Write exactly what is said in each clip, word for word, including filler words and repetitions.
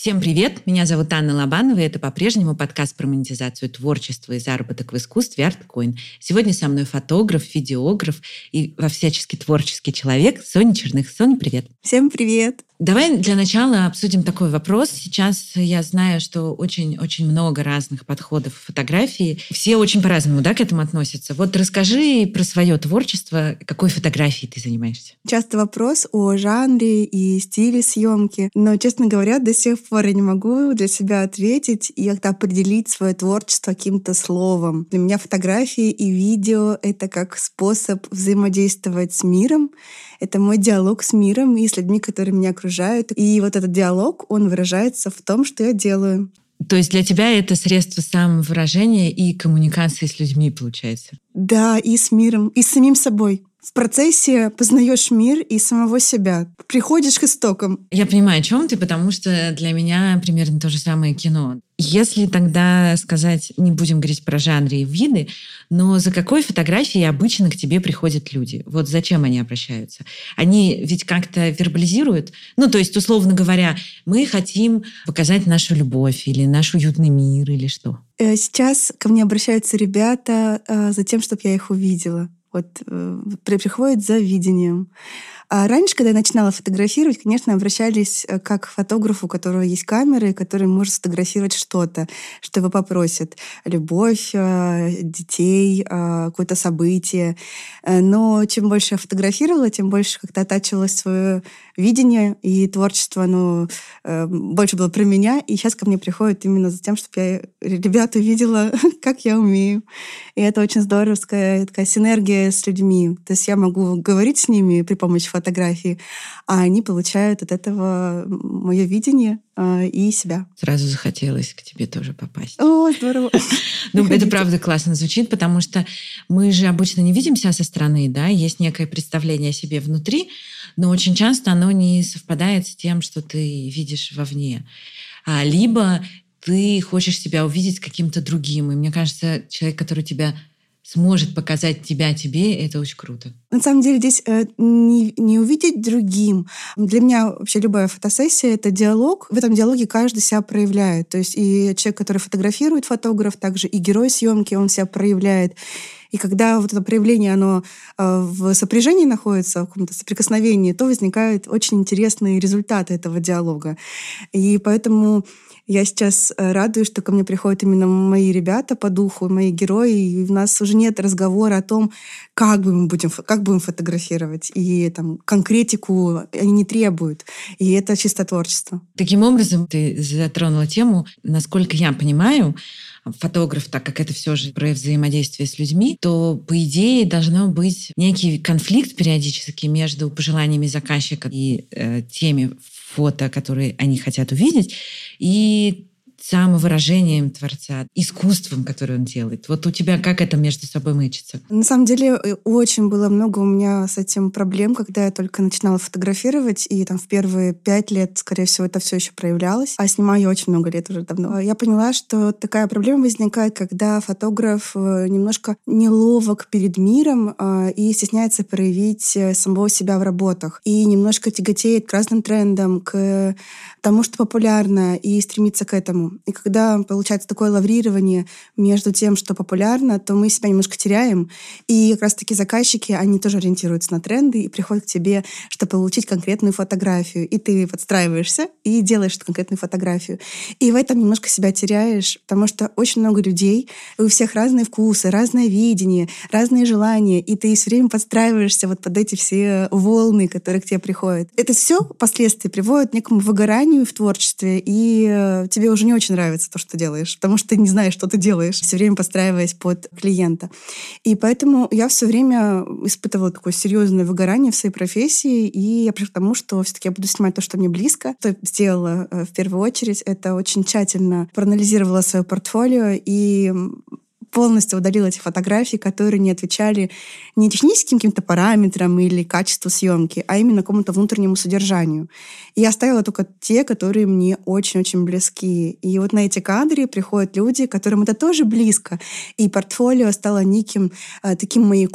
Всем привет! Меня зовут Анна Лобанова, и это по-прежнему подкаст про монетизацию творчества и заработок в искусстве ArtCoin. Сегодня со мной фотограф, видеограф и во всячески творческий человек Соня Черных. Соня, привет! Всем привет! Давай для начала обсудим такой вопрос. Сейчас я знаю, что очень-очень много разных подходов в фотографии. Все очень по-разному, да, к этому относятся. Вот расскажи про свое творчество. Какой фотографией ты занимаешься? Часто вопрос о жанре и стиле съемки. Но, честно говоря, до сих пор я не могу для себя ответить и как-то определить свое творчество каким-то словом. Для меня фотографии и видео — это как способ взаимодействовать с миром. Это мой диалог с миром и с людьми, которые меня окружают. И вот этот диалог, он выражается в том, что я делаю. То есть для тебя это средство самовыражения и коммуникации с людьми, получается? Да, и с миром, и с самим собой. В процессе познаешь мир и самого себя. Приходишь к истокам. Я понимаю, о чем ты, потому что для меня примерно то же самое кино. Если тогда сказать, не будем говорить про жанры и виды, но за какой фотографией обычно к тебе приходят люди? Вот зачем они обращаются? Они ведь как-то вербализируют? Ну, то есть, условно говоря, мы хотим показать нашу любовь или наш уютный мир или что? Сейчас ко мне обращаются ребята за тем, чтобы я их увидела. Вот приходят за видением. А раньше, когда я начинала фотографировать, конечно, обращались как к фотографу, у которого есть камера, и который может сфотографировать что-то, что его попросят. Любовь, детей, какое-то событие. Но чем больше я фотографировала, тем больше как-то оттачивалось свое видение, и творчество, оно больше было про меня. И сейчас ко мне приходят именно за тем, чтобы я ребят увидела, как я умею. И это очень здоровская такая синергия с людьми. То есть я могу говорить с ними при помощи фотографии, а они получают от этого мое видение э, и себя. Сразу захотелось к тебе тоже попасть. О, здорово! Ну, это правда классно звучит, потому что мы же обычно не видим себя со стороны, да, есть некое представление о себе внутри, но очень часто оно не совпадает с тем, что ты видишь вовне. А, либо ты хочешь себя увидеть каким-то другим. И мне кажется, человек, который тебя сможет показать тебя тебе, это очень круто. На самом деле здесь э, не, не увидеть другим. Для меня вообще любая фотосессия — это диалог. В этом диалоге каждый себя проявляет. То есть и человек, который фотографирует, фотограф, также и герой съемки, он себя проявляет. И когда вот это проявление, оно э, в сопряжении находится, в каком-то соприкосновении, то возникают очень интересные результаты этого диалога. И поэтому я сейчас радуюсь, что ко мне приходят именно мои ребята по духу, мои герои, и у нас уже нет разговора о том, как бы мы будем, как будем фотографировать. И там конкретику они не требуют. И это чисто творчество. Таким образом, ты затронула тему, насколько я понимаю, фотограф, так как это все же про взаимодействие с людьми, то, по идее, должно быть некий конфликт периодически между пожеланиями заказчика и э, теми фото, которые они хотят увидеть, и самовыражением творца, искусством, которое он делает. Вот у тебя как это между собой мычится? На самом деле очень было много у меня с этим проблем, когда я только начинала фотографировать, и там в первые пять лет, скорее всего, это все еще проявлялось. А снимаю я очень много лет уже давно. Я поняла, что такая проблема возникает, когда фотограф немножко неловок перед миром и стесняется проявить самого себя в работах. И немножко тяготеет к разным трендам, к тому, что популярно, и стремится к этому. И когда получается такое лаврирование между тем, что популярно, то мы себя немножко теряем. И как раз-таки заказчики, они тоже ориентируются на тренды и приходят к тебе, чтобы получить конкретную фотографию. И ты подстраиваешься и делаешь эту конкретную фотографию. И в этом немножко себя теряешь, потому что очень много людей, и у всех разные вкусы, разное видение, разные желания, и ты все время подстраиваешься вот под эти все волны, которые к тебе приходят. Это все впоследствии приводит к некому выгоранию в творчестве, и тебе уже не очень нравится то, что ты делаешь, потому что ты не знаешь, что ты делаешь, все время подстраиваясь под клиента. И поэтому я все время испытывала такое серьезное выгорание в своей профессии, и я пришла к тому, что все-таки я буду снимать то, что мне близко. Что я сделала в первую очередь, это очень тщательно проанализировала свое портфолио и полностью удалила эти фотографии, которые не отвечали не техническим каким-то параметрам или качеству съемки, а именно какому-то внутреннему содержанию. И я оставила только те, которые мне очень-очень близки. И вот на эти кадры приходят люди, которым это тоже близко. И портфолио стало неким э, таким маяком,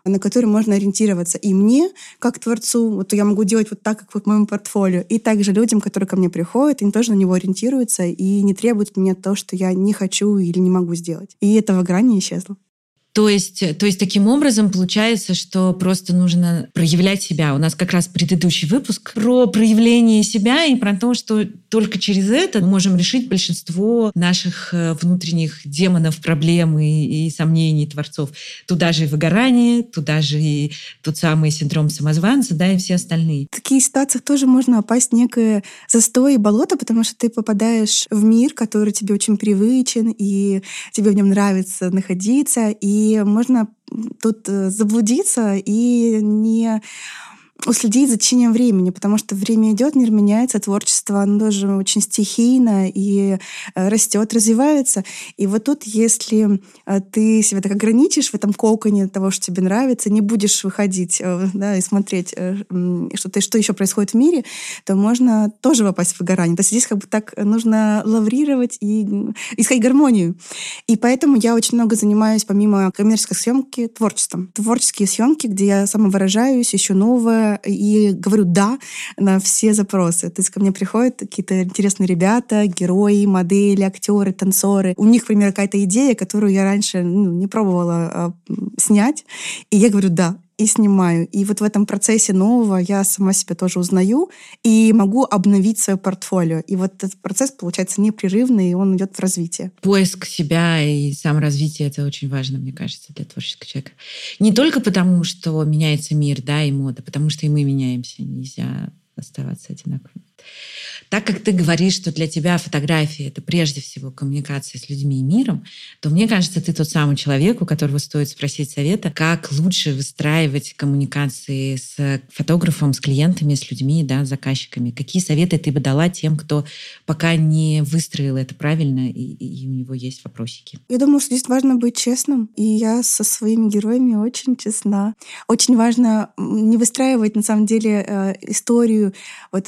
на который можно ориентироваться. И мне, как творцу, вот я могу делать вот так, как вот в моем портфолио, и также людям, которые ко мне приходят, они тоже на него ориентируются и не требуют от меня то, что я не хочу или не могу сделать. И это выгорание исчезло. То есть, то есть таким образом получается, что просто нужно проявлять себя. У нас как раз предыдущий выпуск про проявление себя и про то, что только через это мы можем решить большинство наших внутренних демонов, проблем и, и сомнений творцов. Туда же и выгорание, туда же и тот самый синдром самозванца, да, и все остальные. В таких ситуациях тоже можно попасть в некое застой и болото, потому что ты попадаешь в мир, который тебе очень привычен, и тебе в нем нравится находиться, и И можно тут заблудиться и не уследить за течением времени, потому что время идет, мир меняется, творчество, оно тоже очень стихийно и растет, развивается. И вот тут, если ты себя так ограничишь в этом коконе того, что тебе нравится, не будешь выходить, да, и смотреть, что, ты, что еще происходит в мире, то можно тоже попасть в выгорание. То есть здесь как бы так нужно лаврировать и искать гармонию. И поэтому я очень много занимаюсь, помимо коммерческой съемки, творчеством. Творческие съемки, где я самовыражаюсь, ищу новое, и говорю «да» на все запросы. То есть ко мне приходят какие-то интересные ребята, герои, модели, актеры, танцоры. У них, например, какая-то идея, которую я раньше ну, не пробовала а, снять. И я говорю «да». И снимаю. И вот в этом процессе нового я сама себя тоже узнаю и могу обновить свое портфолио. И вот этот процесс получается непрерывный, и он идет в развитие. Поиск себя и саморазвитие — это очень важно, мне кажется, для творческого человека. Не только потому, что меняется мир, да, и мода, потому что и мы меняемся. Нельзя оставаться одинаковым. Так как ты говоришь, что для тебя фотография — это прежде всего коммуникация с людьми и миром, то мне кажется, ты тот самый человек, у которого стоит спросить совета, как лучше выстраивать коммуникации с фотографом, с клиентами, с людьми, да, с заказчиками. Какие советы ты бы дала тем, кто пока не выстроил это правильно и, и у него есть вопросики? Я думаю, что здесь важно быть честным, и я со своими героями очень честна. Очень важно не выстраивать, на самом деле, историю вот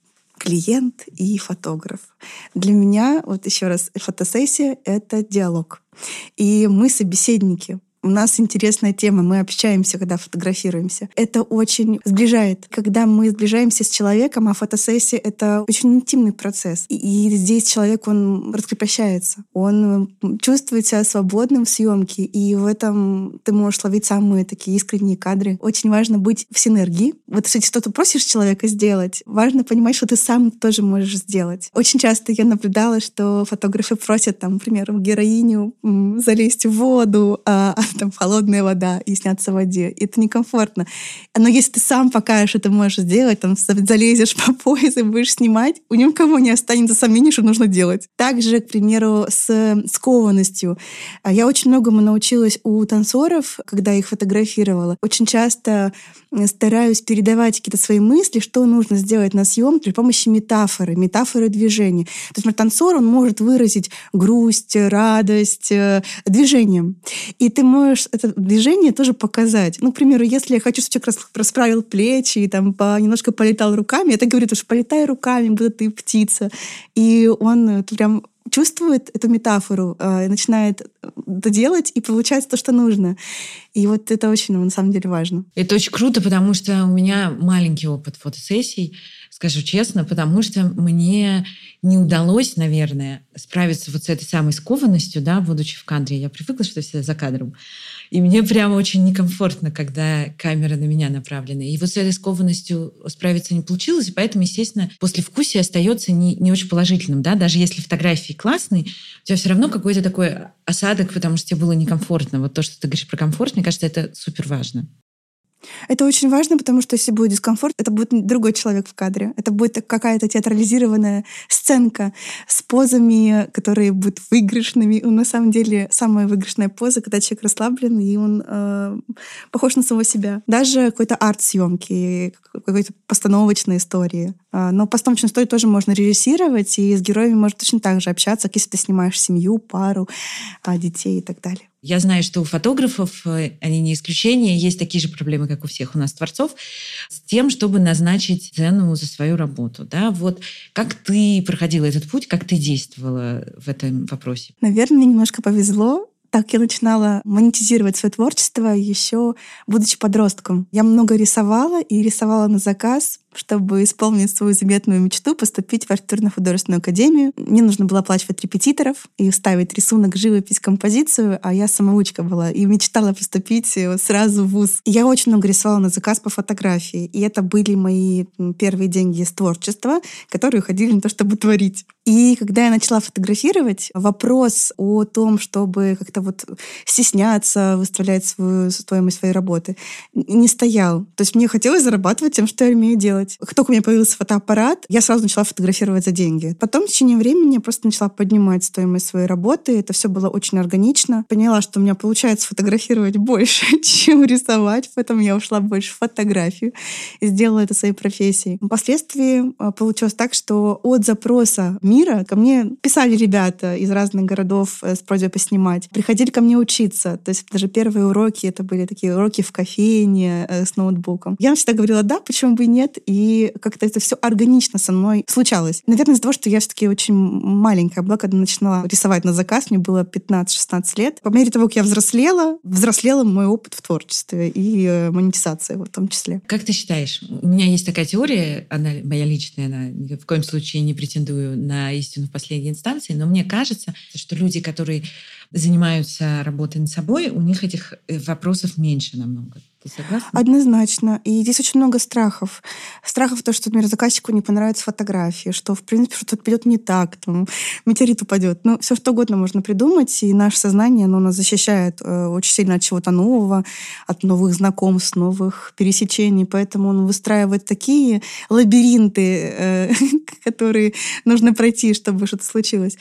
клиент и фотограф. Для меня, вот еще раз, фотосессия — это диалог. И мы собеседники. У нас интересная тема, мы общаемся, когда фотографируемся. Это очень сближает. Когда мы сближаемся с человеком, а фотосессия — это очень интимный процесс. И, и здесь человек, он раскрепощается. Он чувствует себя свободным в съемке, и в этом ты можешь ловить самые такие искренние кадры. Очень важно быть в синергии. Вот если что-то просишь человека сделать, важно понимать, что ты сам тоже можешь сделать. Очень часто я наблюдала, что фотографы просят, там, например, героиню залезть в воду, а там холодная вода и сняться в воде. И это некомфортно. Но если ты сам покажешь, что ты можешь сделать, там залезешь по пояс и будешь снимать, у никого не останется сомнений, что нужно делать. Также, к примеру, с скованностью. Я очень многому научилась у танцоров, когда их фотографировала. Очень часто стараюсь передавать какие-то свои мысли, что нужно сделать на съемке при помощи метафоры, метафоры движения. То есть, например, танцор, он может выразить грусть, радость движением. И ты можешь это движение тоже показать. Ну, к примеру, если я хочу, чтобы человек расправил плечи и там по, немножко полетал руками, это говорит, что полетай руками, будто ты птица. И он прям чувствует эту метафору, э, начинает это делать, и получается то, что нужно. И вот это очень, на самом деле, важно. Это очень круто, потому что у меня маленький опыт фотосессий, скажу честно, потому что мне не удалось, наверное, справиться вот с этой самой скованностью, да, будучи в кадре. Я привыкла, что всегда за кадром. И мне прямо очень некомфортно, когда камера на меня направлена. И вот с этой скованностью справиться не получилось, и поэтому, естественно, послевкусие остается не, не очень положительным. Да? Даже если фотографии классные, у тебя все равно какой-то такой осадок, потому что тебе было некомфортно. Вот то, что ты говоришь про комфорт, мне кажется, это супер важно. Это очень важно, потому что если будет дискомфорт, это будет другой человек в кадре. Это будет какая-то театрализированная сценка с позами, которые будут выигрышными. И на самом деле самая выигрышная поза, когда человек расслаблен, и он э, похож на самого себя. Даже какой-то арт-съемки, какой-то постановочной истории. Но постановочную историю тоже можно режиссировать, и с героями можно точно так же общаться, как если ты снимаешь семью, пару, детей и так далее. Я знаю, что у фотографов, они не исключение, есть такие же проблемы, как у всех у нас творцов, с тем, чтобы назначить цену за свою работу. Да? Вот как ты проходила этот путь, как ты действовала в этом вопросе? Наверное, мне немножко повезло. Так я начинала монетизировать свое творчество еще будучи подростком. Я много рисовала и рисовала на заказ, чтобы исполнить свою заветную мечту поступить в архитектурно-художественную академию. Мне нужно было оплачивать репетиторов и ставить рисунок, живопись, композицию, а я самоучка была и мечтала поступить сразу в вуз. Я очень много рисовала на заказ по фотографии, и это были мои первые деньги из творчества, которые уходили на то, чтобы творить. И когда я начала фотографировать, вопрос о том, чтобы как-то вот стесняться, выставлять свою стоимость своей работы, не стоял. То есть мне хотелось зарабатывать тем, что я умею делать. Как только у меня появился фотоаппарат, я сразу начала фотографировать за деньги. Потом в течение времени я просто начала поднимать стоимость своей работы. Это все было очень органично. Поняла, что у меня получается фотографировать больше, чем рисовать, поэтому я ушла больше в фотографию и сделала это своей профессией. Впоследствии получилось так, что от запроса мира ко мне писали ребята из разных городов с просьбой поснимать. Приходили ко мне учиться. То есть даже первые уроки, это были такие уроки в кофейне с ноутбуком. Я всегда говорила «да», почему бы и нет. И как-то это все органично со мной случалось. Наверное, из-за того, что я все-таки очень маленькая была, когда начинала рисовать на заказ, мне было пятнадцать-шестнадцать лет. По мере того, как я взрослела, взрослела мой опыт в творчестве и монетизации в том числе. Как ты считаешь? У меня есть такая теория, она моя личная, она ни в коем случае не претендую на истину в последней инстанции, но мне кажется, что люди, которые занимаются работой над собой, у них этих вопросов меньше намного. Ты согласна? Однозначно. И здесь очень много страхов. Страхов то, что, например, заказчику не понравятся фотографии, что, в принципе, что-то пойдет не так, там, метеорит упадет. Ну, все что угодно можно придумать, и наше сознание, оно нас защищает э, очень сильно от чего-то нового, от новых знакомств, новых пересечений. Поэтому он выстраивает такие лабиринты, э, которые нужно пройти, чтобы что-то случилось.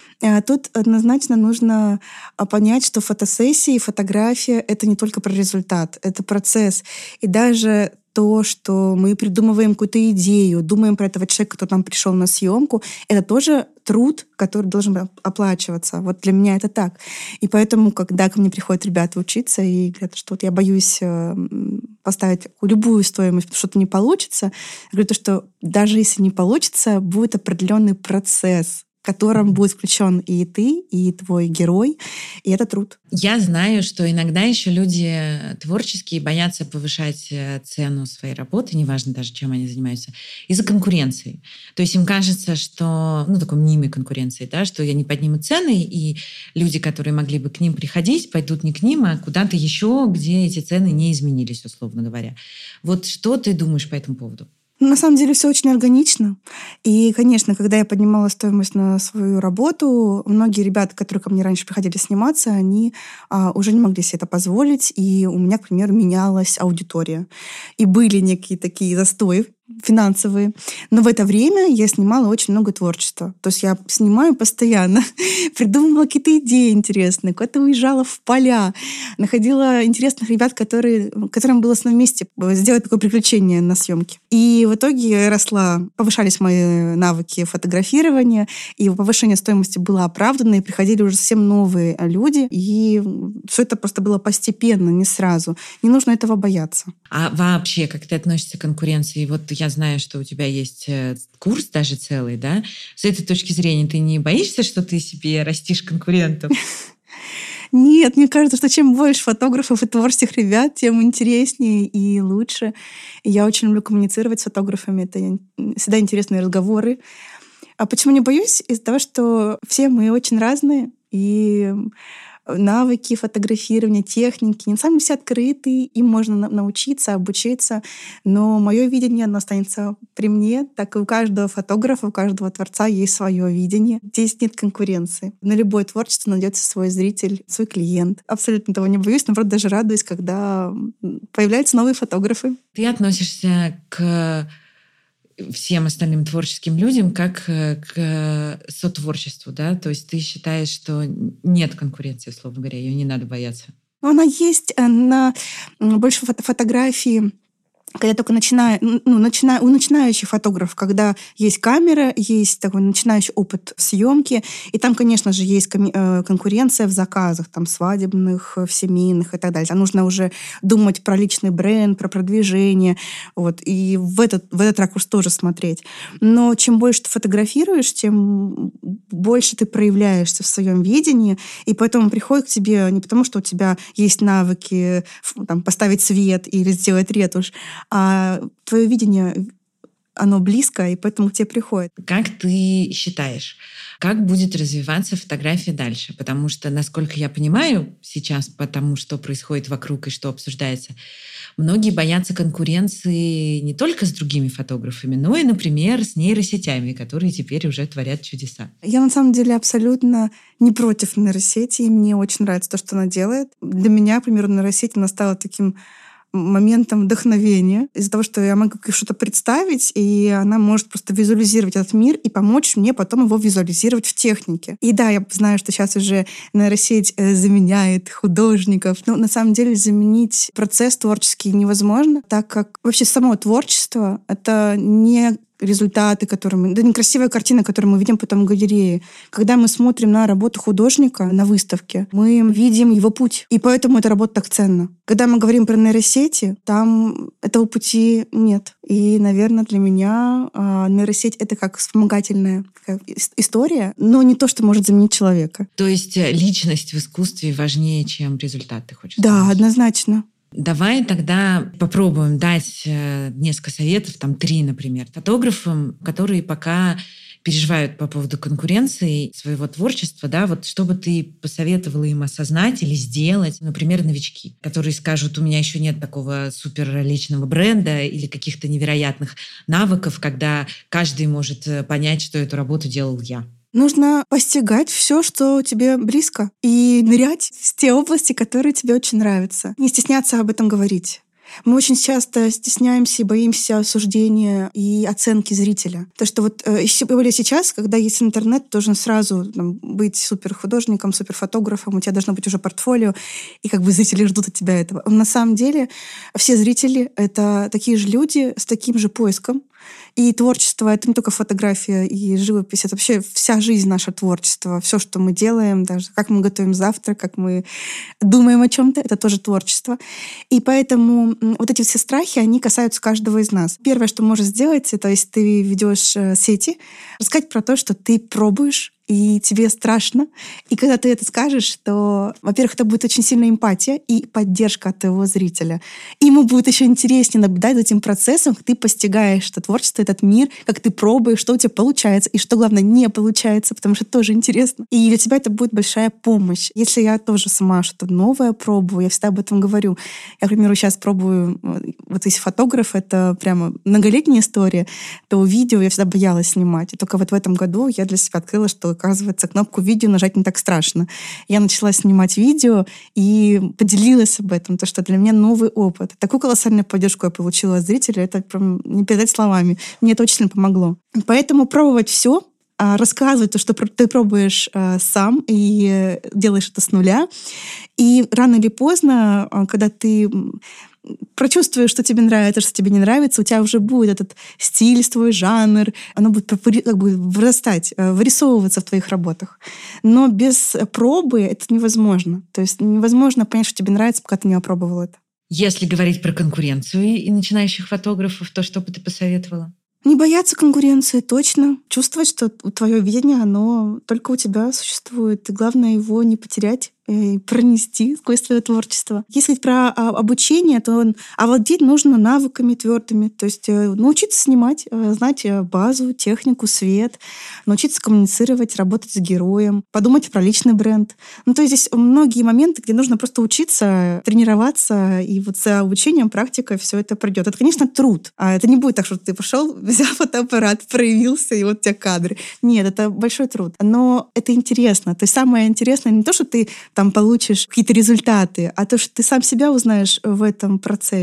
Тут однозначно нужно понять, что фотосессия и фотография — это не только про результат, это процесс. И даже то, что мы придумываем какую-то идею, думаем про этого человека, кто там пришел на съемку, это тоже труд, который должен оплачиваться. Вот для меня это так. И поэтому, когда ко мне приходят ребята учиться и говорят, что вот я боюсь поставить любую стоимость, потому что что-то не получится, я говорю, то, что даже если не получится, будет определенный процесс, в котором будет включен и ты, и твой герой, и это труд. Я знаю, что иногда еще люди творческие боятся повышать цену своей работы, неважно даже, чем они занимаются, из-за конкуренции. То есть им кажется, что, ну, такой мнимой конкуренции, да, что они поднимут цены, и люди, которые могли бы к ним приходить, пойдут не к ним, а куда-то еще, где эти цены не изменились, условно говоря. Вот что ты думаешь по этому поводу? На самом деле все очень органично. И, конечно, когда я поднимала стоимость на свою работу, многие ребята, которые ко мне раньше приходили сниматься, они а, уже не могли себе это позволить. И у меня, к примеру, менялась аудитория. И были некие такие застои финансовые. Но в это время я снимала очень много творчества. То есть я снимаю постоянно, придумывала какие-то идеи интересные, куда-то уезжала в поля, находила интересных ребят, которые, которым было с нами вместе сделать такое приключение на съемке. И в итоге я росла, повышались мои навыки фотографирования, и повышение стоимости было оправдано, и приходили уже совсем новые люди, и все это просто было постепенно, не сразу. Не нужно этого бояться. А вообще, как ты относишься к конкуренции? Вот я знаю, что у тебя есть курс даже целый, да? С этой точки зрения ты не боишься, что ты себе растишь конкурентов? Нет, мне кажется, что чем больше фотографов и творческих ребят, тем интереснее и лучше. И я очень люблю коммуницировать с фотографами. Это всегда интересные разговоры. А почему не боюсь? Из-за того, что все мы очень разные, и навыки фотографирования, техники, не сами все открыты, им можно научиться, обучиться, но мое видение, оно останется при мне, так и у каждого фотографа, у каждого творца есть свое видение. Здесь нет конкуренции. На любое творчество найдется свой зритель, свой клиент. Абсолютно этого не боюсь, наоборот, даже радуюсь, когда появляются новые фотографы. Ты относишься к всем остальным творческим людям как к сотворчеству, да? То есть ты считаешь, что нет конкуренции, условно говоря, ее не надо бояться? Но она есть, на больше фото- фотографии когда только начиная, ну, начиная, у начинающих фотографов, когда есть камера, есть такой начинающий опыт съемки, и там, конечно же, есть конкуренция в заказах, там, свадебных, в семейных и так далее. Там нужно уже думать про личный бренд, про продвижение, вот, и в этот, в этот ракурс тоже смотреть. Но чем больше ты фотографируешь, тем больше ты проявляешься в своем видении, и поэтому приходит к тебе не потому, что у тебя есть навыки там, поставить свет или сделать ретушь, а твое видение, оно близко, и поэтому к тебе приходит. Как ты считаешь, как будет развиваться фотография дальше? Потому что, насколько я понимаю сейчас, потому что происходит вокруг и что обсуждается, многие боятся конкуренции не только с другими фотографами, но и, например, с нейросетями, которые теперь уже творят чудеса. Я на самом деле абсолютно не против нейросети, и мне очень нравится то, что она делает. Для меня, к примеру, нейросеть, она стала таким моментом вдохновения из-за того, что я могу что-то представить, и она может просто визуализировать этот мир и помочь мне потом его визуализировать в технике. И да, я знаю, что сейчас уже нейросеть заменяет художников, но на самом деле заменить процесс творческий невозможно, так как вообще само творчество — это не результаты, которые мы... Да, некрасивая картина, которую мы видим потом в галерее. Когда мы смотрим на работу художника на выставке, мы видим его путь. И поэтому эта работа так ценна. Когда мы говорим про нейросети, там этого пути нет. И, наверное, для меня э, нейросеть — это как вспомогательная такая история, но не то, что может заменить человека. То есть личность в искусстве важнее, чем результат, ты хочешь Да, сказать? однозначно. Давай тогда попробуем дать несколько советов, там три, например, фотографам, которые пока переживают по поводу конкуренции своего творчества, да, вот что бы ты посоветовала им осознать или сделать, например, новички, которые скажут: у меня еще нет такого супер личного бренда или каких-то невероятных навыков, когда каждый может понять, что эту работу делал я. Нужно постигать все, что тебе близко, и нырять в те области, которые тебе очень нравятся. Не стесняться об этом говорить. Мы очень часто стесняемся и боимся осуждения и оценки зрителя. То, что вот э, более сейчас, когда есть интернет, должен сразу там, быть суперхудожником, суперфотографом, у тебя должно быть уже портфолио, и как бы зрители ждут от тебя этого. На самом деле все зрители — это такие же люди с таким же поиском. И творчество — это не только фотография и живопись, это вообще вся жизнь наша творчество. Все, что мы делаем, даже как мы готовим завтрак, как мы думаем о чем-то, это тоже творчество. И поэтому вот эти все страхи, они касаются каждого из нас. Первое, что можешь сделать, это если ты ведешь сети, рассказать про то, что ты пробуешь, и тебе страшно. И когда ты это скажешь, то, во-первых, это будет очень сильная эмпатия и поддержка от твоего зрителя. И ему будет еще интереснее наблюдать за этим процессом, как ты постигаешь это творчество, этот мир, как ты пробуешь, что у тебя получается, и что, главное, не получается, потому что это тоже интересно. И для тебя это будет большая помощь. Если я тоже сама что-то новое пробую, я всегда об этом говорю. Я, к примеру, сейчас пробую, вот если фотограф, это прямо многолетняя история, то видео я всегда боялась снимать. И только вот в этом году я для себя открыла, что, оказывается, кнопку видео нажать не так страшно. Я начала снимать видео и поделилась об этом, то, что для меня новый опыт. Такую колоссальную поддержку я получила от зрителя, это прям не передать словами. Мне это очень сильно помогло. Поэтому пробовать все, рассказывать то, что ты пробуешь сам и делаешь это с нуля. И рано или поздно, когда ты прочувствуешь, что тебе нравится, что тебе не нравится, у тебя уже будет этот стиль, твой жанр, оно будет как бы вырастать, вырисовываться в твоих работах. Но без пробы это невозможно. То есть невозможно понять, что тебе нравится, пока ты не опробовал это. Если говорить про конкуренцию и начинающих фотографов, то что бы ты посоветовала? Не бояться конкуренции, точно. Чувствовать, что твое видение, оно только у тебя существует. И главное его не потерять и пронести сквозь свое творчество. Если говорить про обучение, то овладеть нужно навыками твердыми. То есть научиться снимать, знать базу, технику, свет, научиться коммуницировать, работать с героем, подумать про личный бренд. Ну, то есть здесь многие моменты, где нужно просто учиться, тренироваться, и вот за обучением, практикой все это придет. Это, конечно, труд. А это не будет так, что ты пошел, взял фотоаппарат, проявился, и вот у тебя кадры. Нет, это большой труд. Но это интересно. То есть самое интересное не то, что ты там получишь какие-то результаты, а то, что ты сам себя узнаешь в этом процессе.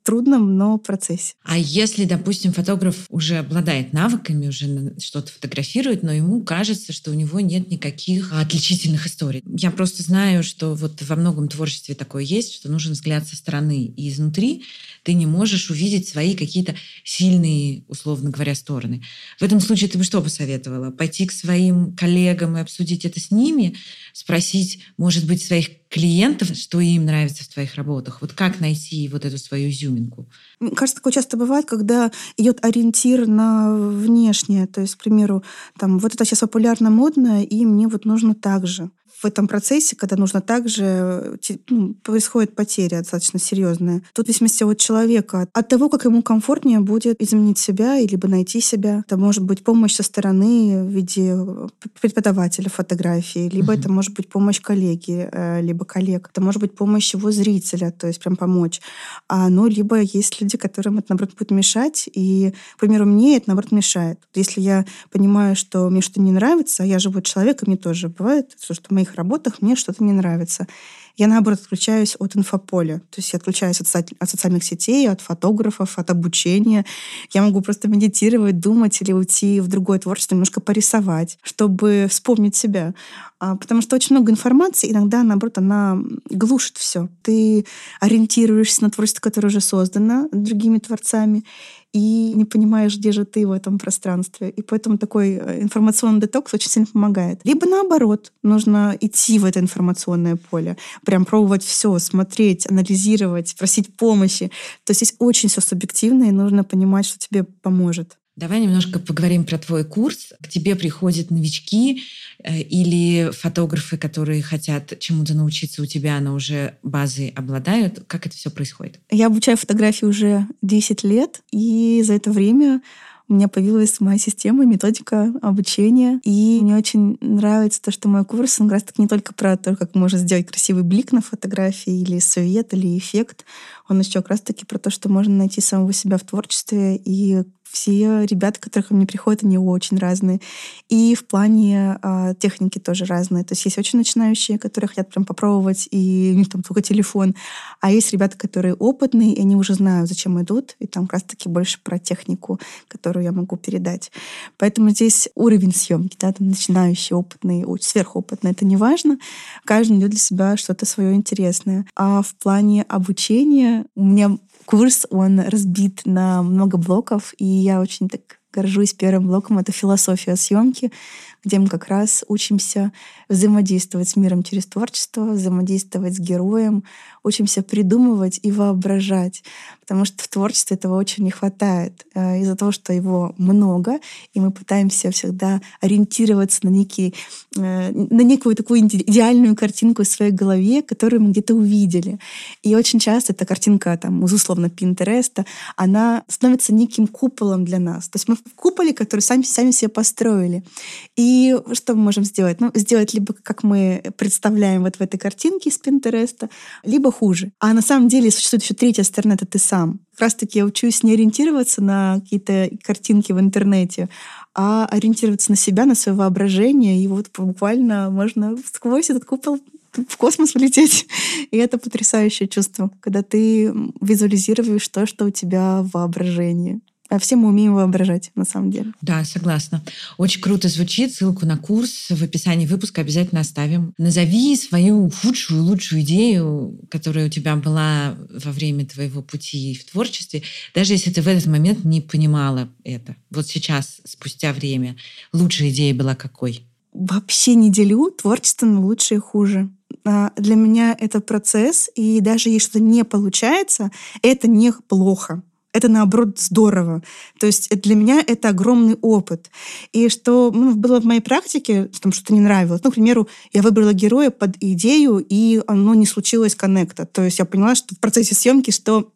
трудном, но процессе. А если, допустим, фотограф уже обладает навыками, уже что-то фотографирует, но ему кажется, что у него нет никаких отличительных историй. Я просто знаю, что вот во многом творчестве такое есть, что нужен взгляд со стороны. И изнутри ты не можешь увидеть свои какие-то сильные, условно говоря, стороны. В этом случае ты бы что посоветовала? Пойти к своим коллегам и обсудить это с ними? Спросить, может быть, своих клиентов, что им нравится в твоих работах? Вот как найти вот эту свою изюминку? Мне кажется, такое часто бывает, когда идет ориентир на внешнее. То есть, к примеру, там, вот это сейчас популярно, модно, и мне вот нужно так же. В этом процессе, когда нужно также, ну, происходит потеря достаточно серьезная. Тут в зависимости от человека, от того, как ему комфортнее будет изменить себя, либо найти себя. Это может быть помощь со стороны в виде преподавателя фотографии, либо uh-huh. это может быть помощь коллеги, либо коллег. Это может быть помощь его зрителя, то есть прям помочь. А, ну, либо есть люди, которым это, наоборот, будет мешать. И, к примеру, мне это, наоборот, мешает. Если я понимаю, что мне что-то не нравится, а я живой человек, и мне тоже бывает, что в моих работах мне что-то не нравится. Я, наоборот, отключаюсь от инфополя. То есть я отключаюсь от, соци- от социальных сетей, от фотографов, от обучения. Я могу просто медитировать, думать или уйти в другое творчество, немножко порисовать, чтобы вспомнить себя. А, потому что очень много информации, иногда, наоборот, она глушит все. Ты ориентируешься на творчество, которое уже создано другими творцами, и не понимаешь, где же ты в этом пространстве. И поэтому такой информационный детокс очень сильно помогает. Либо наоборот, нужно идти в это информационное поле, прям пробовать все, смотреть, анализировать, просить помощи. То есть здесь очень все субъективно, и нужно понимать, что тебе поможет. Давай немножко поговорим про твой курс. К тебе приходят новички или фотографы, которые хотят чему-то научиться у тебя, но уже базой обладают. Как это все происходит? Я обучаю фотографии уже десять лет, и за это время у меня появилась моя система, методика обучения. И мне очень нравится то, что мой курс, он как раз таки не только про то, как можно сделать красивый блик на фотографии, или свет, или эффект. Он еще как раз таки про то, что можно найти самого себя в творчестве. И все ребята, которые ко мне приходят, они очень разные. И в плане э, техники тоже разные. То есть есть очень начинающие, которые хотят прям попробовать, и у них там только телефон. А есть ребята, которые опытные, и они уже знают, зачем идут. И там как раз-таки больше про технику, которую я могу передать. Поэтому здесь уровень съемки, да, там начинающий, опытный, сверхопытный, это не важно. Каждый идет для себя что-то свое интересное. А в плане обучения у меня курс, он разбит на много блоков, и я очень так горжусь первым блоком. Это философия съемки, где мы как раз учимся взаимодействовать с миром через творчество, взаимодействовать с героем, учимся придумывать и воображать. Потому что в творчестве этого очень не хватает. Из-за того, что его много, и мы пытаемся всегда ориентироваться на, некий, на некую такую идеальную картинку в своей голове, которую мы где-то увидели. И очень часто эта картинка, там, условно, Пинтереста, она становится неким куполом для нас. То есть мы в куполе, который сами, сами себе построили. И что мы можем сделать? Ну, сделать либо как мы представляем вот в этой картинке из Пинтереста, либо хуже. А на самом деле существует еще третья сторона — это ты сам. Как раз-таки я учусь не ориентироваться на какие-то картинки в интернете, а ориентироваться на себя, на свое воображение. И вот буквально можно сквозь этот купол в космос улететь. И это потрясающее чувство, когда ты визуализируешь то, что у тебя в воображении. А все мы умеем воображать, на самом деле. Да, согласна. Очень круто звучит. Ссылку на курс в описании выпуска обязательно оставим. Назови свою худшую, лучшую идею, которая у тебя была во время твоего пути в творчестве, даже если ты в этот момент не понимала это. Вот сейчас, спустя время, лучшая идея была какой? Вообще не делю творчество на лучше и хуже. Для меня это процесс, и даже если что-то не получается, это не плохо. Это, наоборот, здорово. То есть для меня это огромный опыт. И что ну, было в моей практике, что там что-то не нравилось. Ну, к примеру, я выбрала героя под идею, и оно не случилось коннекта. То есть я поняла, что в процессе съемки, что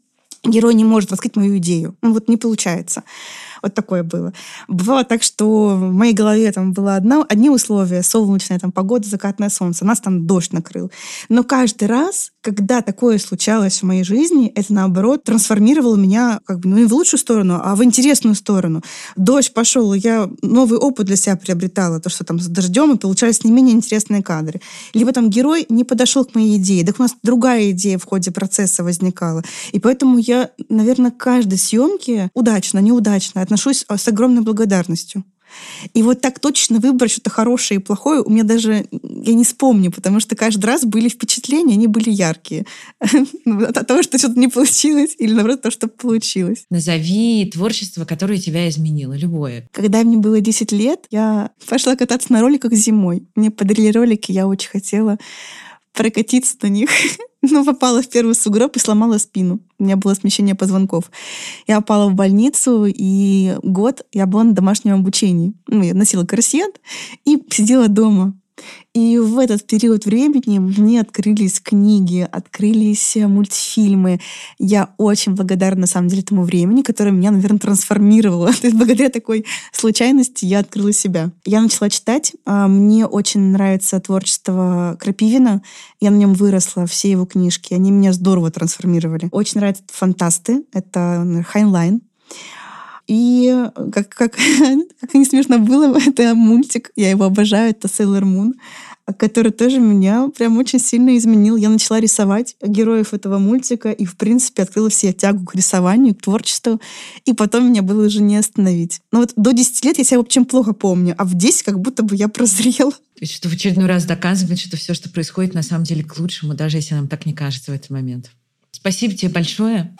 герой не может раскрыть мою идею. Ну, вот не получается. Вот такое было. Бывало так, что в моей голове там было одно, одни условия: солнечная там погода, закатное солнце. Нас там дождь накрыл. Но каждый раз когда такое случалось в моей жизни, это, наоборот, трансформировало меня как бы, ну, не в лучшую сторону, а в интересную сторону. Дождь пошел, и я новый опыт для себя приобретала, то, что там с дождем, и получались не менее интересные кадры. Либо там герой не подошел к моей идее, так у нас другая идея в ходе процесса возникала. И поэтому я, наверное, к каждой съемке, удачно, неудачно, отношусь с огромной благодарностью. И вот так точно выбрать что-то хорошее и плохое у меня даже, я не вспомню, потому что каждый раз были впечатления, они были яркие. От того, что что-то не получилось, или, наоборот, то, что получилось. Назови творчество, которое тебя изменило, любое. Когда мне было десять лет, я пошла кататься на роликах зимой. Мне подарили ролики, я очень хотела прокатиться на них. Но попала в первый сугроб и сломала спину. У меня было смещение позвонков. Я попала в больницу, и год я была на домашнем обучении. Ну, я носила корсет и сидела дома. И в этот период времени мне открылись книги, открылись мультфильмы. Я очень благодарна, на самом деле, тому времени, которое меня, наверное, трансформировало. То есть благодаря такой случайности я открыла себя. Я начала читать. Мне очень нравится творчество Крапивина. Я на нем выросла, все его книжки. Они меня здорово трансформировали. Очень нравятся фантасты. Это Хайнлайн. И как, как, как не смешно было, это мультик, я его обожаю, это Sailor Moon, который тоже меня прям очень сильно изменил. Я начала рисовать героев этого мультика и, в принципе, открыла себе тягу к рисованию, к творчеству, и потом меня было уже не остановить. Но вот до десяти лет я себя вообще плохо помню, а в десять как будто бы я прозрела. То есть что в очередной раз доказывает, что все, что происходит, на самом деле к лучшему, даже если нам так не кажется в этот момент. Спасибо тебе большое.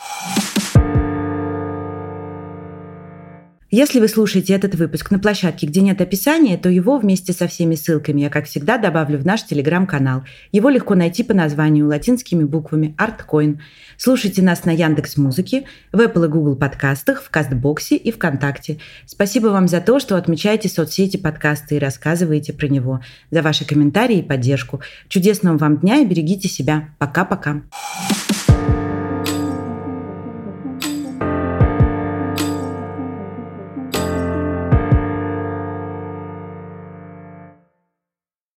Если вы слушаете этот выпуск на площадке, где нет описания, то его вместе со всеми ссылками я, как всегда, добавлю в наш телеграм-канал. Его легко найти по названию латинскими буквами ArtCoin. Слушайте нас на Яндекс.Музыке, в Apple и Google подкастах, в Кастбоксе и ВКонтакте. Спасибо вам за то, что отмечаете соцсети подкаста и рассказываете про него, за ваши комментарии и поддержку. Чудесного вам дня и берегите себя. Пока-пока.